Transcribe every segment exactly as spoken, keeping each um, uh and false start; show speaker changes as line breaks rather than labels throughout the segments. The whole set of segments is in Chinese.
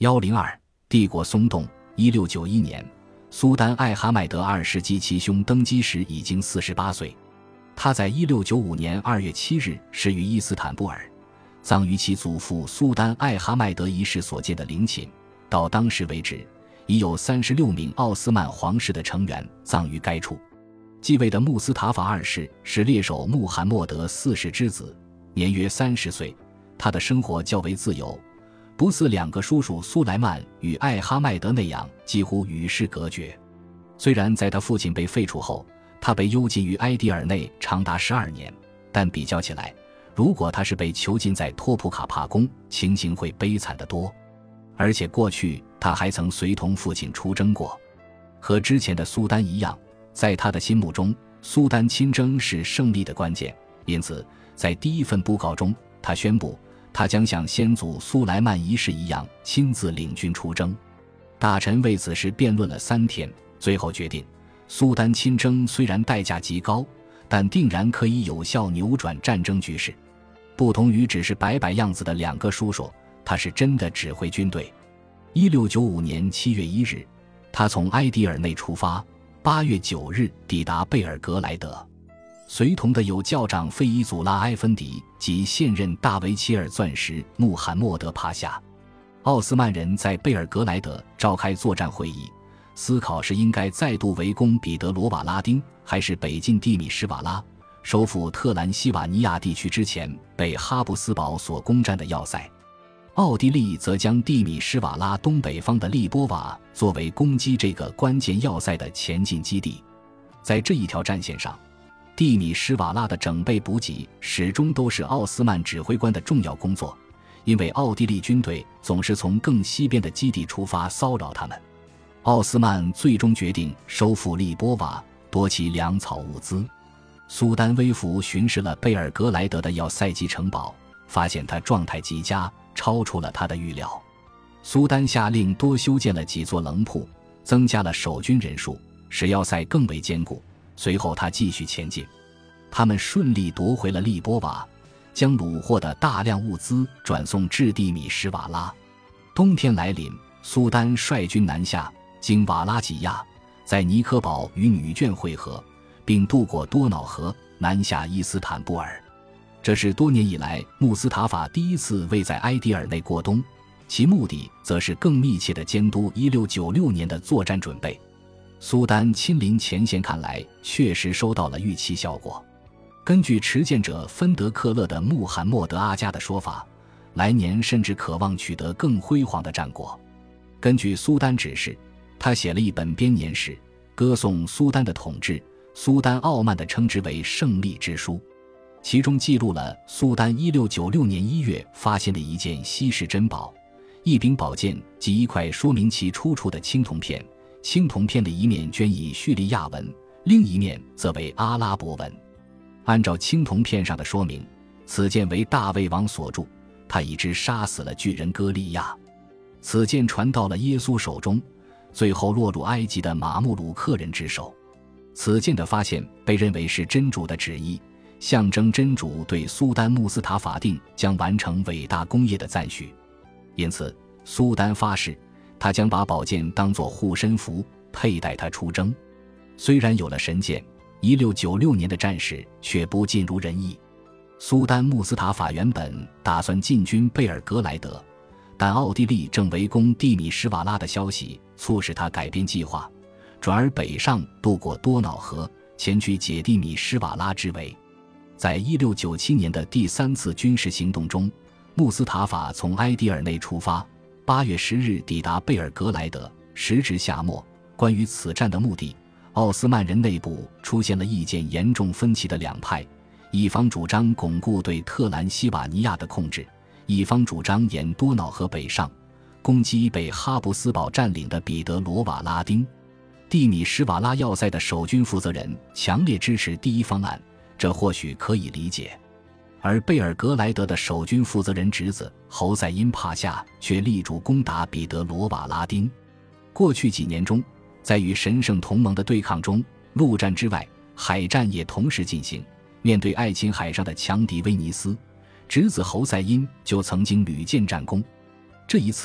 一零二帝国松动。一六九一年，苏丹艾哈迈德二世及其兄登基时已经四十八岁。他在一六九五年二月七日逝于伊斯坦布尔，葬于其祖父苏丹艾哈迈德一世所建的陵寝。到当时为止，已有三十六名奥斯曼皇室的成员葬于该处。继位的穆斯塔法二世是列首穆罕默德四世之子，年约三十岁。他的生活较为自由，不似两个叔叔苏莱曼与艾哈迈德那样几乎与世隔绝。虽然在他父亲被废除后，他被幽禁于埃迪尔内长达十二年，但比较起来，如果他是被囚禁在托普卡帕宫，情形会悲惨得多。而且过去他还曾随同父亲出征过。和之前的苏丹一样，在他的心目中，苏丹亲征是胜利的关键，因此在第一份布告中，他宣布他将像先祖苏莱曼一世一样亲自领军出征。大臣为此事辩论了三天，最后决定苏丹亲征虽然代价极高，但定然可以有效扭转战争局势。不同于只是摆摆样子的两个叔叔，他是真的指挥军队。一六九五年七月一日，他从埃迪尔内出发，八月九日抵达贝尔格莱德。随同的有教长费伊祖拉埃芬迪及现任大维齐尔钻石穆罕默德帕夏。奥斯曼人在贝尔格莱德召开作战会议，思考是应该再度围攻彼得罗瓦拉丁，还是北进蒂米什瓦拉，收复特兰西瓦尼亚地区之前被哈布斯堡所攻占的要塞。奥地利则将蒂米什瓦拉东北方的利波瓦作为攻击这个关键要塞的前进基地。在这一条战线上，蒂米什瓦拉的整备补给始终都是奥斯曼指挥官的重要工作，因为奥地利军队总是从更西边的基地出发骚扰他们。奥斯曼最终决定收复利波瓦，夺其粮草物资。苏丹微服巡视了贝尔格莱德的要塞及城堡，发现他状态极佳，超出了他的预料。苏丹下令多修建了几座棱铺，增加了守军人数，使要塞更为坚固。随后他继续前进，他们顺利夺回了利波瓦，将虏获的大量物资转送至蒂米什瓦拉。冬天来临，苏丹率军南下，经瓦拉几亚，在尼科堡与女眷会合，并渡过多瑙河，南下伊斯坦布尔。这是多年以来穆斯塔法第一次为在埃迪尔内过冬，其目的则是更密切地监督一六九六年的作战准备。苏丹亲临前线看来确实收到了预期效果。根据持剑者芬德克勒的穆罕默德阿加的说法，来年甚至渴望取得更辉煌的战果。根据苏丹指示，他写了一本编年史，歌颂苏丹的统治，苏丹傲慢地称之为胜利之书。其中记录了苏丹一六九六年一月发现的一件稀世珍宝，一柄宝剑及一块说明其出处的青铜片，青铜片的一面镌以叙利亚文，另一面则为阿拉伯文。按照青铜片上的说明，此剑为大卫王所铸，他以之杀死了巨人歌利亚。此剑传到了耶稣手中，最后落入埃及的马穆鲁克人之手。此剑的发现被认为是真主的旨意，象征真主对苏丹穆斯塔法定将完成伟大功业的赞许。因此苏丹发誓，他将把宝剑当作护身符，佩戴它出征。虽然有了神剑，一六九六年的战事却不尽如人意。苏丹穆斯塔法原本打算进军贝尔格莱德，但奥地利正围攻蒂米什瓦拉的消息促使他改变计划，转而北上渡过多瑙河，前去解蒂米什瓦拉之围。在一六九七年的第三次军事行动中，穆斯塔法从埃迪尔内出发，八月十日抵达贝尔格莱德。时值夏末，关于此战的目的，奥斯曼人内部出现了意见严重分歧的两派，一方主张巩固对特兰西瓦尼亚的控制，一方主张沿多瑙河北上，攻击被哈布斯堡占领的彼得罗瓦拉丁。蒂米什瓦拉要塞的守军负责人强烈支持第一方案，这或许可以理解。而贝尔格莱德的守军负责人侄子侯赛因帕夏却力主攻打彼得罗瓦拉丁。过去几年中，在与神圣同盟的对抗中，陆战之外，海战也同时进行。面对爱琴海上的强敌威尼斯，侄子侯赛因就曾经屡建战功。这一次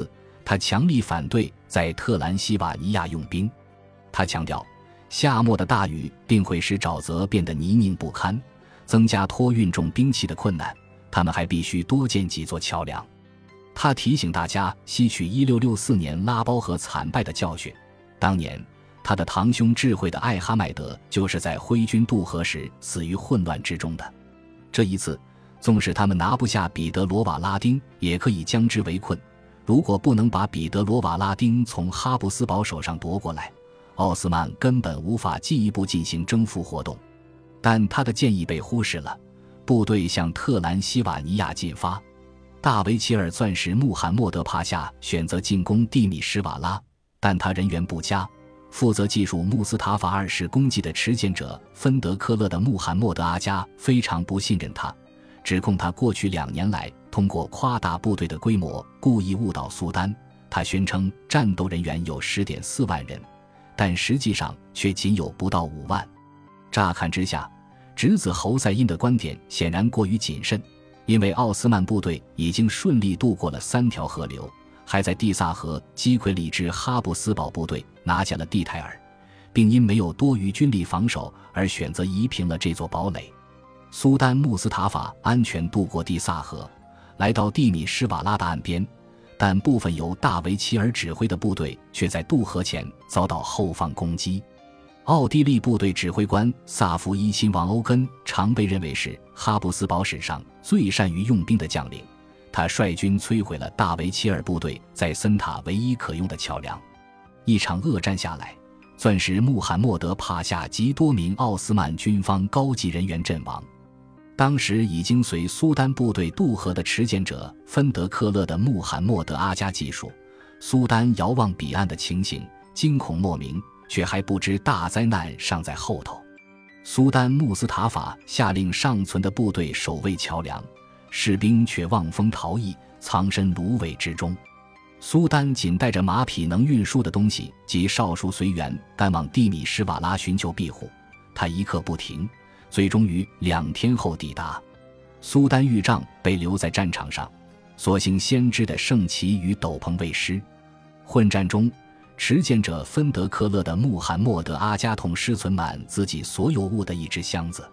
他强力反对在特兰西瓦尼亚用兵。他强调，夏末的大雨并会使沼泽变得泥泞不堪，增加拖运重兵器的困难，他们还必须多建几座桥梁。他提醒大家吸取一六六四年拉包河惨败的教训，当年他的堂兄智慧的艾哈迈德就是在挥军渡河时死于混乱之中的。这一次，纵使他们拿不下彼得罗瓦拉丁，也可以将之围困。如果不能把彼得罗瓦拉丁从哈布斯堡手上夺过来，奥斯曼根本无法进一步进行征服活动。但他的建议被忽视了，部队向特兰西瓦尼亚进发。大维齐尔钻石穆罕默德帕夏选择进攻蒂米什瓦拉，但他人缘不佳，负责技术穆斯塔法二世功绩的持剑者芬德科勒的穆罕默德阿加非常不信任他，指控他过去两年来通过夸大部队的规模故意误导苏丹。他宣称战斗人员有 十点四万人，但实际上却仅有不到五万。乍看之下，侄子侯赛因的观点显然过于谨慎，因为奥斯曼部队已经顺利渡过了三条河流，还在蒂萨河击溃理智哈布斯堡部队，拿下了蒂泰尔，并因没有多余军力防守而选择夷平了这座堡垒。苏丹穆斯塔法安全渡过蒂萨河，来到蒂米什瓦拉的岸边，但部分由大维齐尔指挥的部队却在渡河前遭到后方攻击。奥地利部队指挥官萨福伊亲王欧根常被认为是哈布斯堡史上最善于用兵的将领，他率军摧毁了大维齐尔部队在森塔唯一可用的桥梁。一场恶战下来，钻石穆罕默德帕夏及多名奥斯曼军方高级人员阵亡。当时已经随苏丹部队渡河的持剑者芬德克勒的穆罕默德阿加记述，苏丹遥望彼岸的情形，惊恐莫名，却还不知大灾难尚在后头。苏丹穆斯塔法下令尚存的部队守卫桥梁，士兵却望风逃逸，藏身芦苇之中。苏丹仅带着马匹能运输的东西及少数随员赶往蒂米什瓦拉寻求庇护，他一刻不停，最终于两天后抵达。苏丹玉杖被留在战场上，所幸先知的圣旗与斗篷未失。混战中，持剑者芬德科勒的穆罕默德阿加统师存满自己所有物的一只箱子。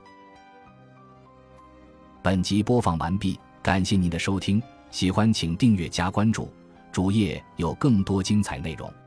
本集播放完毕，感谢您的收听，喜欢请订阅加关注，主页有更多精彩内容。